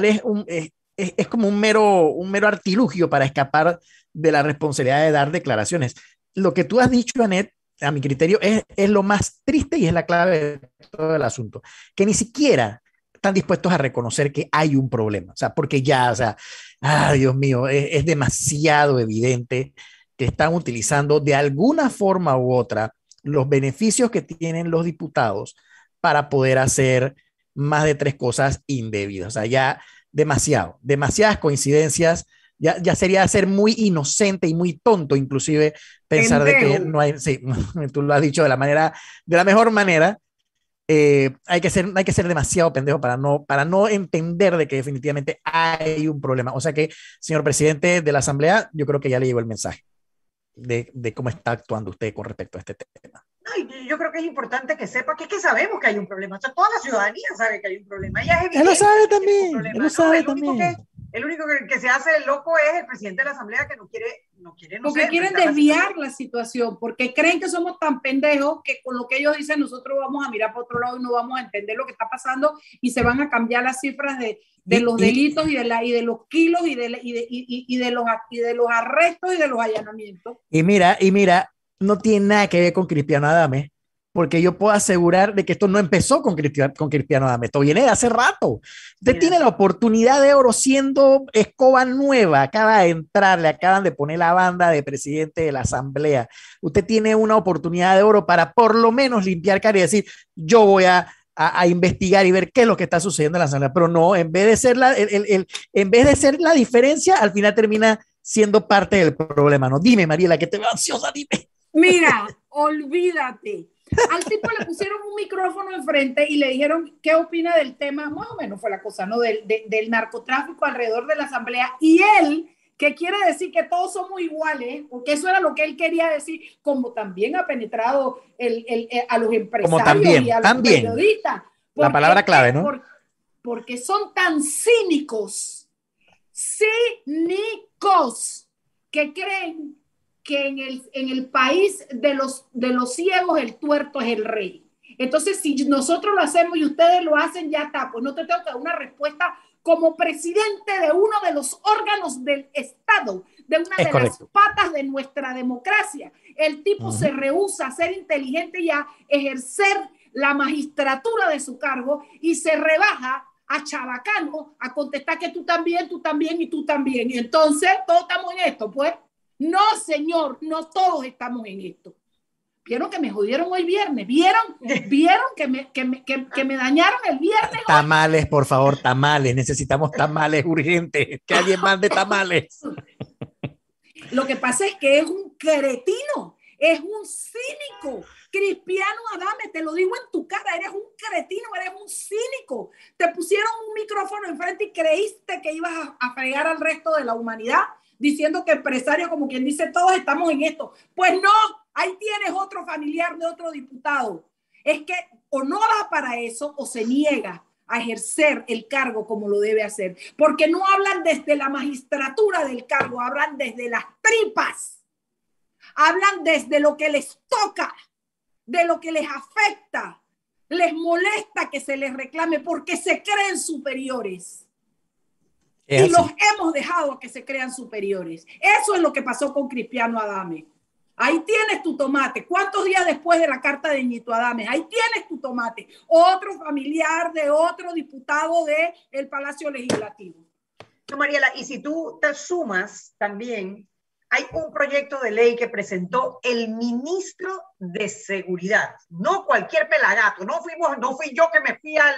es como un mero artilugio para escapar de la responsabilidad de dar declaraciones. Lo que tú has dicho, Anet, a mi criterio, es lo más triste y es la clave de todo el asunto, que ni siquiera están dispuestos a reconocer que hay un problema, o sea, porque ya, o sea, Dios mío, es demasiado evidente que están utilizando de alguna forma u otra los beneficios que tienen los diputados para poder hacer más de 3 cosas indebidas, o sea, ya demasiadas coincidencias. Ya sería ser muy inocente y muy tonto, inclusive, pensar de que no hay, sí, tú lo has dicho de la mejor manera, hay que ser demasiado pendejo para no entender de que definitivamente hay un problema. O sea que, señor presidente de la Asamblea, yo creo que ya le llegó el mensaje de cómo está actuando usted con respecto a este tema. No, y yo creo que es importante que sepa que es que sabemos que hay un problema. O sea, toda la ciudadanía sabe que hay un problema. Ya es Él lo evidente sabe que tenemos un también, problema. él lo No, sabe también. el único que se hace el loco es el presidente de la Asamblea que no quiere, no Porque sé, quieren enfrentar desviar la situación, porque creen que somos tan pendejos que con lo que ellos dicen nosotros vamos a mirar para otro lado y no vamos a entender lo que está pasando y se van a cambiar las cifras de los delitos y de los kilos y de los arrestos y de los allanamientos. Y mira, no tiene nada que ver con Cristiano Adame, porque yo puedo asegurar de que esto no empezó con Cristiano Adame, esto viene de hace rato. Usted tiene la oportunidad de oro siendo escoba nueva, acaba de entrar, le acaban de poner la banda de presidente de la Asamblea. Usted tiene una oportunidad de oro para por lo menos limpiar cara y decir, yo voy a investigar y ver qué es lo que está sucediendo en la Asamblea, pero no, en vez de ser en vez de ser la diferencia, al final termina siendo parte del problema, ¿no? Dime, Mariela, que te veo ansiosa, dime. Mira, olvídate. Al tipo le pusieron un micrófono enfrente y le dijeron qué opina del tema, más o menos fue la cosa, ¿no? Del narcotráfico alrededor de la Asamblea. Y él, que quiere decir que todos somos iguales, porque eso era lo que él quería decir, como también ha penetrado a los empresarios y a los periodistas. La palabra clave, ¿no? Porque son tan cínicos que creen que en el país de los ciegos el tuerto es el rey. Entonces, si nosotros lo hacemos y ustedes lo hacen, ya está. Pues no te tengo que dar una respuesta como presidente de uno de los órganos del Estado, de una de las patas de nuestra democracia. El tipo se rehúsa a ser inteligente y a ejercer la magistratura de su cargo y se rebaja a chabacano a contestar que tú también y tú también. Y entonces, todos estamos en esto, pues. No, señor, no todos estamos en esto. ¿Vieron que me jodieron hoy viernes? ¿Vieron que me dañaron el viernes? Tamales, hoy? Por favor, tamales. Necesitamos tamales urgentes. Que alguien mande tamales. Lo que pasa es que es un cretino, es un cínico. Cristiano Adame, te lo digo en tu cara, eres un cretino, eres un cínico. Te pusieron un micrófono enfrente y creíste que ibas a fregar al resto de la humanidad, diciendo que empresarios, como quien dice, todos estamos en esto. Pues no, ahí tienes otro familiar de otro diputado. Es que o no da para eso o se niega a ejercer el cargo como lo debe hacer. Porque no hablan desde la magistratura del cargo, hablan desde las tripas. Hablan desde lo que les toca, de lo que les afecta. Les molesta que se les reclame porque se creen superiores. Y los hemos dejado a que se crean superiores. Eso es lo que pasó con Cristiano Adame. Ahí tienes tu tomate. ¿Cuántos días después de la carta de Ñito Adame? Ahí tienes tu tomate. Otro familiar de otro diputado del Palacio Legislativo. No, Mariela, y si tú te sumas también, hay un proyecto de ley que presentó el ministro de Seguridad. No cualquier pelagato. No fui yo que me fui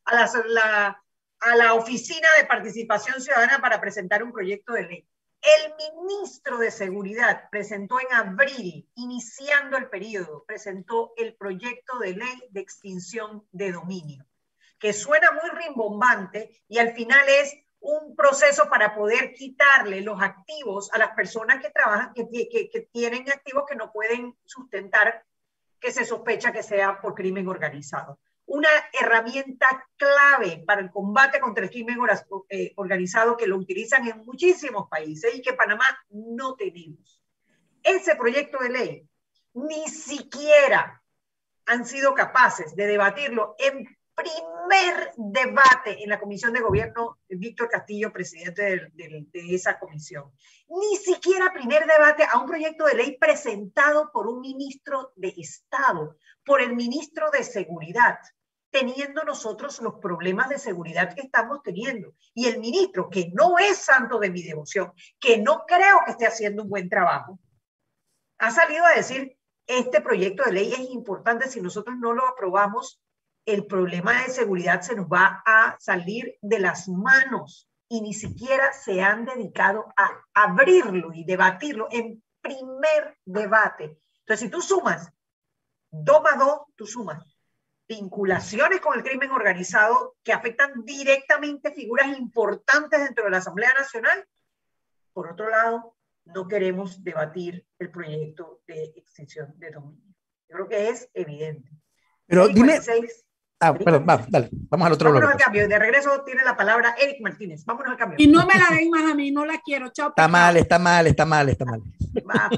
a la Oficina de Participación Ciudadana para presentar un proyecto de ley. El ministro de Seguridad presentó en abril, iniciando el periodo, presentó el proyecto de ley de extinción de dominio, que suena muy rimbombante y al final es un proceso para poder quitarle los activos a las personas que trabajan, que tienen activos que no pueden sustentar, que se sospecha que sea por crimen organizado. Una herramienta clave para el combate contra el crimen organizado que lo utilizan en muchísimos países y que Panamá no tenemos. Ese proyecto de ley ni siquiera han sido capaces de debatirlo en primer debate en la Comisión de Gobierno, Víctor Castillo, presidente de esa comisión. Ni siquiera primer debate a un proyecto de ley presentado por un ministro de Estado, por el ministro de Seguridad, teniendo nosotros los problemas de seguridad que estamos teniendo. Y el ministro, que no es santo de mi devoción, que no creo que esté haciendo un buen trabajo, ha salido a decir, este proyecto de ley es importante, si nosotros no lo aprobamos, el problema de seguridad se nos va a salir de las manos y ni siquiera se han dedicado a abrirlo y debatirlo en primer debate. Entonces, si tú sumas 2 más 2, tú sumas vinculaciones con el crimen organizado que afectan directamente figuras importantes dentro de la Asamblea Nacional. Por otro lado, no queremos debatir el proyecto de extinción de dominio. Yo creo que es evidente. Pero dime... 46. Perdón, dale, vamos al otro bloque. Vámonos al cambio. De regreso tiene la palabra Eric Martínez. Vámonos al cambio. Y no me la den más a mí, no la quiero. Chao. Está mal. Va.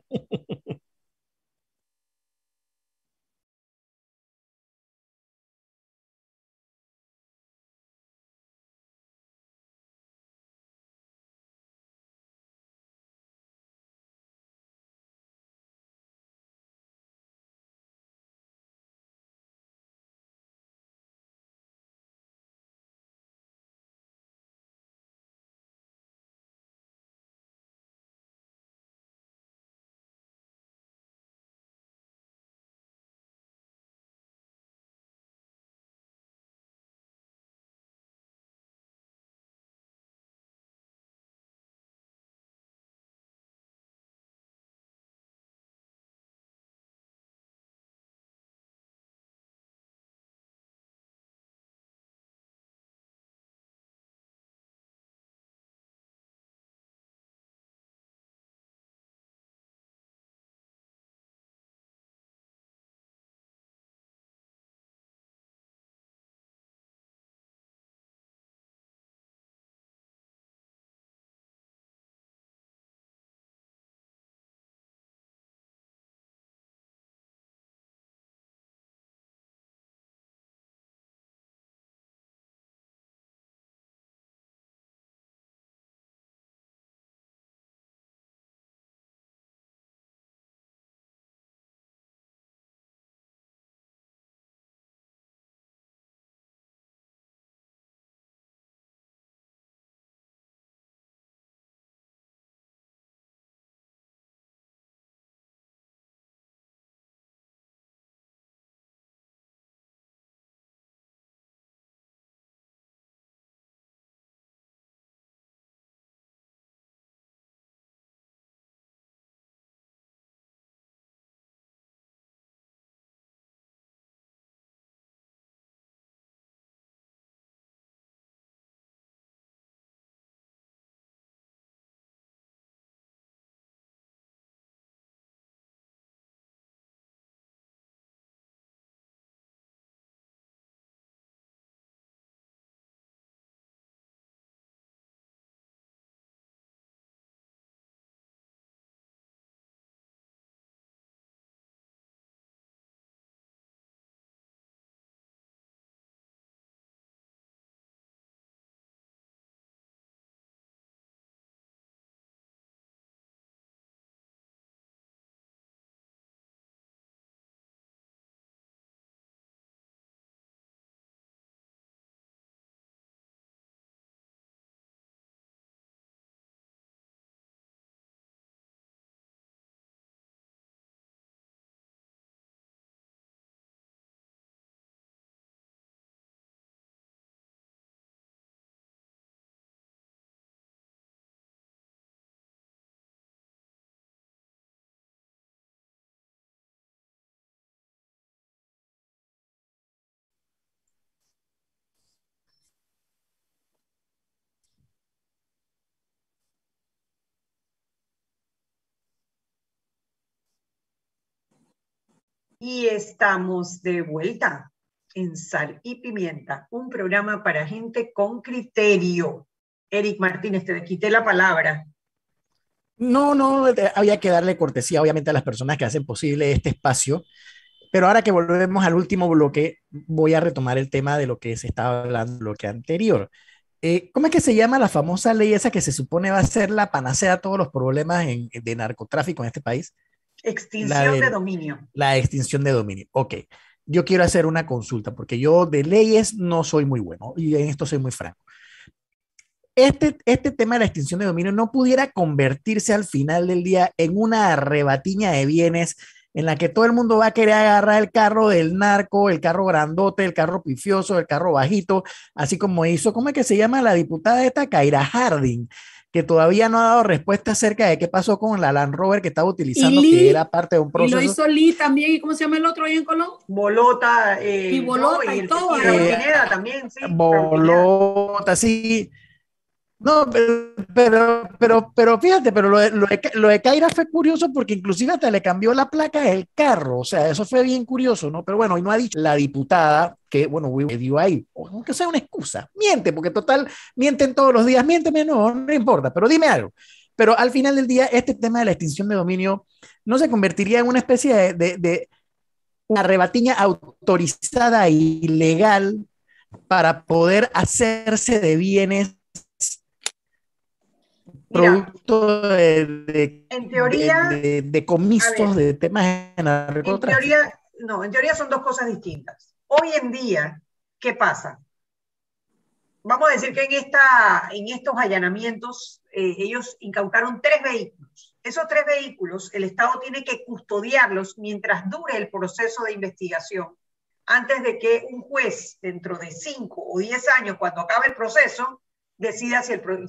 Y estamos de vuelta en Sal y Pimienta, un programa para gente con criterio. Eric Martínez, te quité la palabra. No, había que darle cortesía, obviamente, a las personas que hacen posible este espacio. Pero ahora que volvemos al último bloque, voy a retomar el tema de lo que se estaba hablando en el bloque anterior. ¿Cómo es que se llama la famosa ley esa que se supone va a ser la panacea a todos los problemas de narcotráfico en este país? Extinción de dominio. La extinción de dominio. Ok. Yo quiero hacer una consulta porque yo de leyes no soy muy bueno y en esto soy muy franco. Este tema de la extinción de dominio no pudiera convertirse al final del día en una arrebatiña de bienes en la que todo el mundo va a querer agarrar el carro del narco, el carro grandote, el carro pifioso, el carro bajito, así como hizo, ¿cómo es que se llama la diputada esta? Kaira Harding, que todavía no ha dado respuesta acerca de qué pasó con la Land Rover que estaba utilizando, Lee, que era parte de un proceso. Y lo hizo Lee también, ¿y cómo se llama el otro ahí en Colón? Bolota, Y Bolota y todo. y Raúl Pineda también, sí. Bolota, sí. No, pero fíjate, pero lo de Kaira fue curioso porque inclusive hasta le cambió la placa del carro, o sea, eso fue bien curioso, ¿no? Pero bueno, y no ha dicho la diputada que, bueno, le dio ahí, aunque sea una excusa, miente, porque total, mienten todos los días, miénteme, no importa, pero dime algo. Pero al final del día, este tema de la extinción de dominio no se convertiría en una especie de una rebatiña autorizada e ilegal para poder hacerse de bienes producto en teoría, decomisos de temas de narcotráfico. En teoría son dos cosas distintas. Hoy en día, ¿qué pasa? Vamos a decir que en estos allanamientos ellos incautaron 3 vehículos. Esos 3 vehículos, el Estado tiene que custodiarlos mientras dure el proceso de investigación, antes de que un juez, dentro de 5 o 10 años, cuando acabe el proceso, decida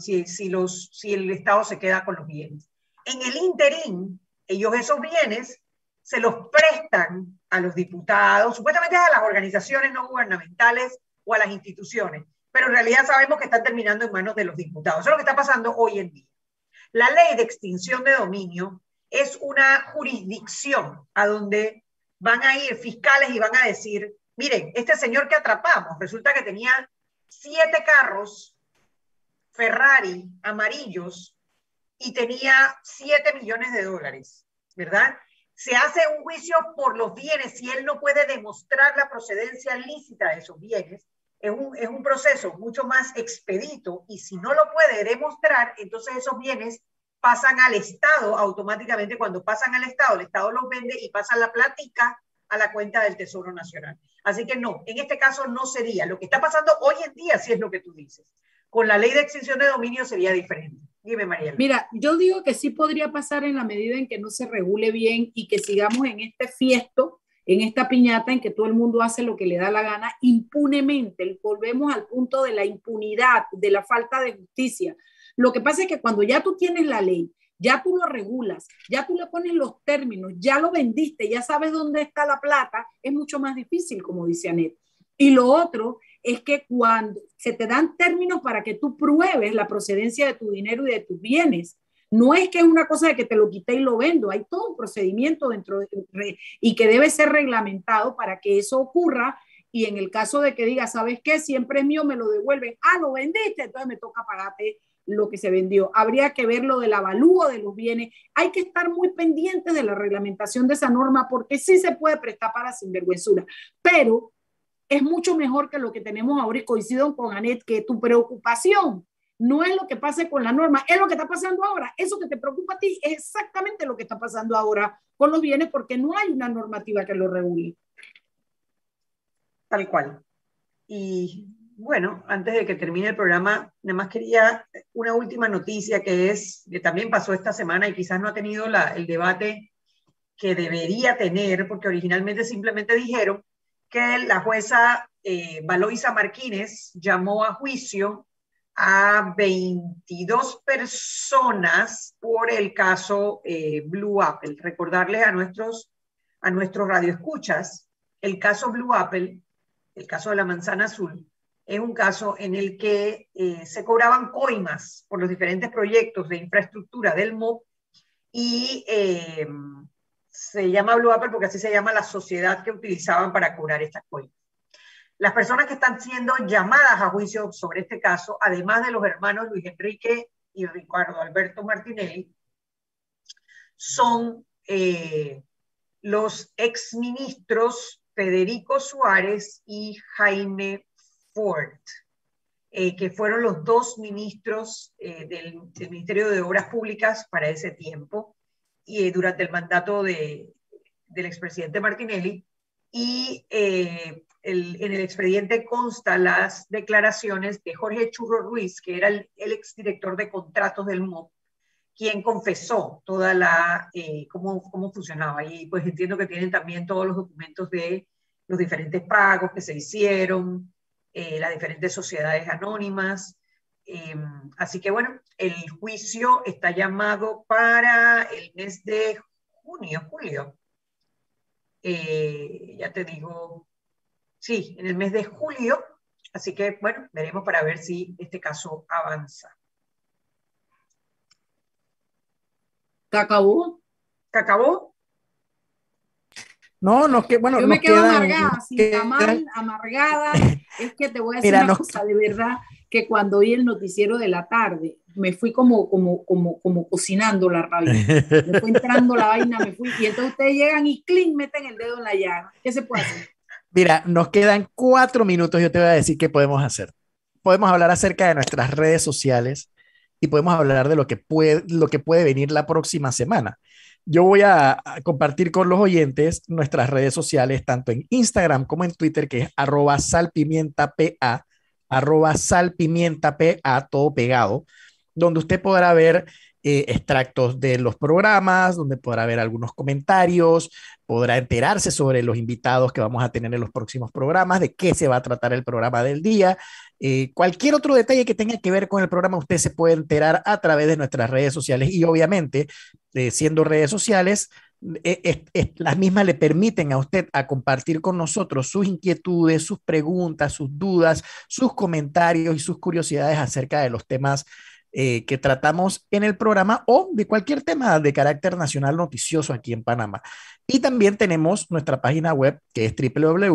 si el Estado se queda con los bienes. En el interín, ellos esos bienes se los prestan a los diputados, supuestamente a las organizaciones no gubernamentales o a las instituciones, pero en realidad sabemos que están terminando en manos de los diputados. Eso es lo que está pasando hoy en día. La ley de extinción de dominio es una jurisdicción a donde van a ir fiscales y van a decir, miren, este señor que atrapamos, resulta que tenía 7 carros Ferrari amarillos y tenía $7 millones, ¿verdad? Se hace un juicio por los bienes si él no puede demostrar la procedencia lícita de esos bienes. Es un proceso mucho más expedito y si no lo puede demostrar, entonces esos bienes pasan al Estado automáticamente. Cuando pasan al Estado, el Estado los vende y pasa la plática a la cuenta del Tesoro Nacional. Así que no, en este caso no sería. Lo que está pasando hoy en día sí es lo que tú dices. Con la ley de extinción de dominio sería diferente. Dime, Mariela. Mira, yo digo que sí podría pasar en la medida en que no se regule bien y que sigamos en este fiesto, en esta piñata en que todo el mundo hace lo que le da la gana impunemente. Volvemos al punto de la impunidad, de la falta de justicia. Lo que pasa es que cuando ya tú tienes la ley, ya tú lo regulas, ya tú le pones los términos, ya lo vendiste, ya sabes dónde está la plata, es mucho más difícil, como dice Anet. Y lo otro es que cuando se te dan términos para que tú pruebes la procedencia de tu dinero y de tus bienes, no es que es una cosa de que te lo quité y lo vendo, hay todo un procedimiento y que debe ser reglamentado para que eso ocurra. Y en el caso de que diga, ¿sabes qué? Siempre es mío, me lo devuelven. Ah, lo vendiste, entonces me toca pagarte lo que se vendió. Habría que ver lo del avalúo de los bienes. Hay que estar muy pendientes de la reglamentación de esa norma porque sí se puede prestar para sinvergüenzura. Pero es mucho mejor que lo que tenemos ahora y coincido con Anet, que tu preocupación no es lo que pase con la norma, es lo que está pasando ahora. Eso que te preocupa a ti es exactamente lo que está pasando ahora con los bienes porque no hay una normativa que lo regule. Tal cual. Y bueno, antes de que termine el programa, nada más quería una última noticia que también pasó esta semana y quizás no ha tenido el debate que debería tener, porque originalmente simplemente dijeron que la jueza Valoisa Martínez llamó a juicio a 22 personas por el caso Blue Apple. Recordarles a nuestros radioescuchas, el caso Blue Apple, el caso de la manzana azul, es un caso en el que se cobraban coimas por los diferentes proyectos de infraestructura del MOP y se llama Blue Apple porque así se llama la sociedad que utilizaban para cobrar estas coimas. Las personas que están siendo llamadas a juicio sobre este caso, además de los hermanos Luis Enrique y Ricardo Alberto Martinelli, son los exministros Federico Suárez y Jaime Ford, que fueron los 2 ministros del Ministerio de Obras Públicas para ese tiempo y durante el mandato del expresidente Martinelli. Y en el expediente constan las declaraciones de Jorge Churro Ruiz, que era el exdirector de contratos del MOP, quien confesó toda cómo funcionaba. Y pues entiendo que tienen también todos los documentos de los diferentes pagos que se hicieron, las diferentes sociedades anónimas. Así que bueno, el juicio está llamado para el mes de junio, julio. Ya te digo, sí, en el mes de julio. Así que bueno, veremos para ver si este caso avanza. ¿Te acabó? ¿Se acabó? No, bueno, Yo me nos quedo quedan, amargada, sin tamal, amargada. Es que te voy a decir mira, una cosa, de verdad, que cuando oí el noticiero de la tarde, me fui como cocinando la rabia. Me fue entrando la vaina, me fui. Y entonces ustedes llegan y clean, meten el dedo en la llaga. ¿Qué se puede hacer? mira, nos quedan 4 minutos. Yo te voy a decir qué podemos hacer. Podemos hablar acerca de nuestras redes sociales y podemos hablar de lo que puede venir la próxima semana. Yo voy a compartir con los oyentes nuestras redes sociales, tanto en Instagram como en Twitter, que es @salpimientapa, @salpimientapa, todo pegado, donde usted podrá ver extractos de los programas, donde podrá ver algunos comentarios, podrá enterarse sobre los invitados que vamos a tener en los próximos programas, de qué se va a tratar el programa del día. Cualquier otro detalle que tenga que ver con el programa, usted se puede enterar a través de nuestras redes sociales y obviamente, siendo redes sociales, las mismas le permiten a usted a compartir con nosotros sus inquietudes, sus preguntas, sus dudas, sus comentarios y sus curiosidades acerca de los temas que tratamos en el programa o de cualquier tema de carácter nacional noticioso aquí en Panamá. Y también tenemos nuestra página web que es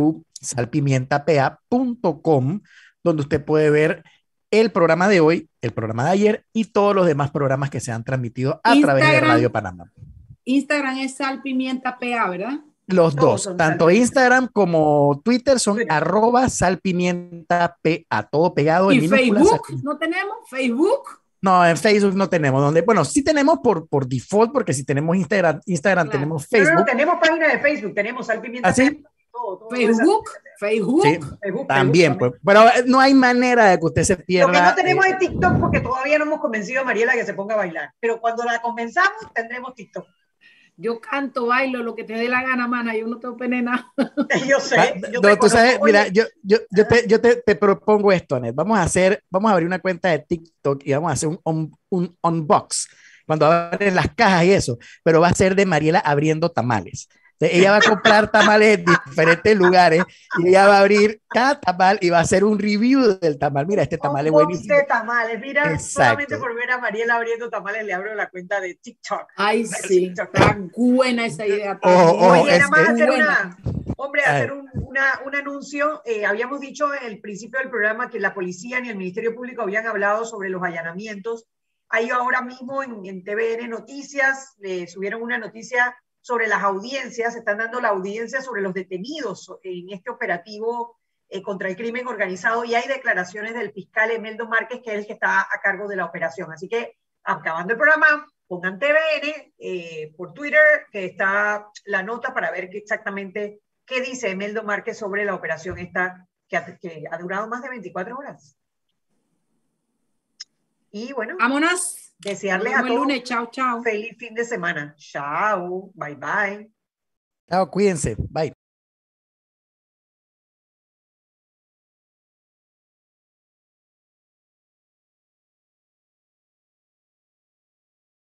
www.salpimientapa.com, donde usted puede ver el programa de hoy, el programa de ayer y todos los demás programas que se han transmitido a través de Radio Panamá. Instagram es salpimientapa, ¿verdad? Los dos, tanto Instagram como Twitter son @salpimientapa, todo pegado en ¿Y minúsculas. Facebook? ¿No tenemos? ¿Facebook? No, en Facebook no tenemos. Bueno, sí tenemos por default, porque si tenemos Instagram, claro, tenemos Facebook. No, tenemos página de Facebook, tenemos Salpimienta. ¿Así? Facebook, Facebook. Sí, también, pues. Pero no hay manera de que usted se pierda. Lo que no tenemos es TikTok, porque todavía no hemos convencido a Mariela que se ponga a bailar. Pero cuando la convenzamos, tendremos TikTok. Yo canto, bailo, lo que te dé la gana, mana. Yo no tengo pena nada. Yo sé. Tú sabes, mira, yo te propongo esto, Anet. Vamos a abrir una cuenta de TikTok y vamos a hacer un unbox cuando abren las cajas y eso, pero va a ser de Mariela abriendo tamales. Ella va a comprar tamales en diferentes lugares y ella va a abrir cada tamal y va a hacer un review del tamal. Mira, este tamal es buenísimo. De tamales, mira, exacto. Solamente por ver a Mariela abriendo tamales le abro la cuenta de TikTok. Ay, sí, está buena esa idea. Oye, nada más hacer un anuncio. Habíamos dicho en el principio del programa que la policía ni el Ministerio Público habían hablado sobre los allanamientos. Ahí ahora mismo en TVN Noticias subieron una noticia sobre las audiencias, se están dando la audiencia sobre los detenidos en este operativo contra el crimen organizado, y hay declaraciones del fiscal Emeldo Márquez, que es el que está a cargo de la operación. Así que, acabando el programa, pongan TVN por Twitter, que está la nota para ver exactamente qué dice Emeldo Márquez sobre la operación esta, que ha durado más de 24 horas. Y bueno, vámonos. Desearles a todos lunes. Chao, chao. Feliz fin de semana. Chao. Bye, bye. Chao, cuídense. Bye.